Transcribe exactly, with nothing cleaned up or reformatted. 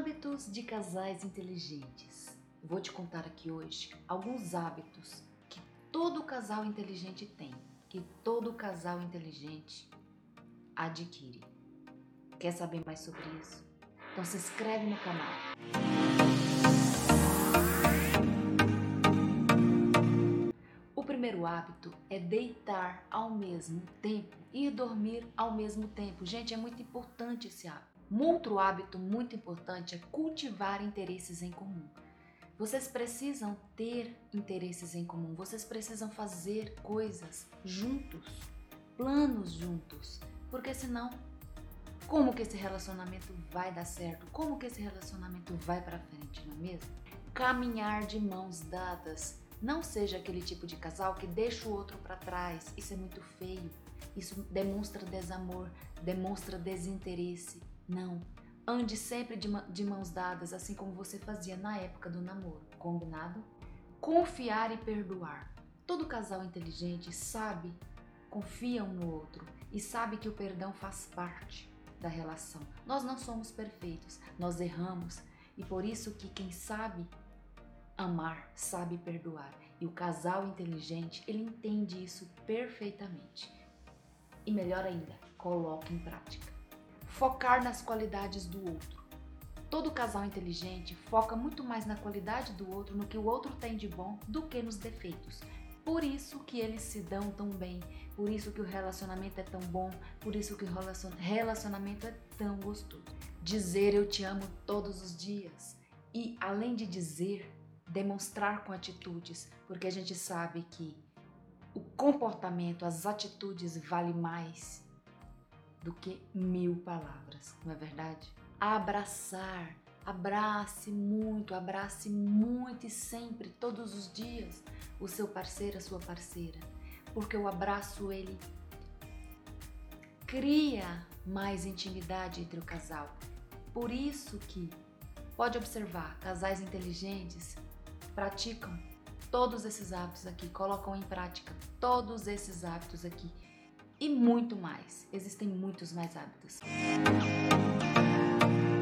Hábitos de casais inteligentes. Vou te contar aqui hoje alguns hábitos que todo casal inteligente tem, que todo casal inteligente adquire. Quer saber mais sobre isso? Então se inscreve no canal. O primeiro hábito é deitar ao mesmo tempo e dormir ao mesmo tempo. Gente, é muito importante esse hábito. Um outro hábito muito importante é cultivar interesses em comum. Vocês precisam ter interesses em comum, vocês precisam fazer coisas juntos, planos juntos, porque senão, como que esse relacionamento vai dar certo? Como que esse relacionamento vai para frente, não é mesmo? Caminhar de mãos dadas. Não seja aquele tipo de casal que deixa o outro para trás. Isso é muito feio. Isso demonstra desamor, demonstra desinteresse. Não. Ande sempre de, de mãos dadas, assim como você fazia na época do namoro. Combinado? Confiar e perdoar. Todo casal inteligente sabe, confia um no outro e sabe que o perdão faz parte da relação. Nós não somos perfeitos, nós erramos e por isso que quem sabe amar, sabe perdoar. E o casal inteligente, ele entende isso perfeitamente. E melhor ainda, coloque em prática. Focar nas qualidades do outro. Todo casal inteligente foca muito mais na qualidade do outro, no que o outro tem de bom, do que nos defeitos. Por isso que eles se dão tão bem, por isso que o relacionamento é tão bom, por isso que o relacionamento é tão gostoso. Dizer eu te amo todos os dias. E além de dizer, demonstrar com atitudes, porque a gente sabe que o comportamento, as atitudes valem mais do que mil palavras, não é verdade? Abraçar, abrace muito, abrace muito e sempre, todos os dias, o seu parceiro, a sua parceira, porque o abraço, ele cria mais intimidade entre o casal. Por isso que, pode observar, casais inteligentes praticam todos esses hábitos aqui, colocam em prática todos esses hábitos aqui e muito mais. Existem muitos mais hábitos.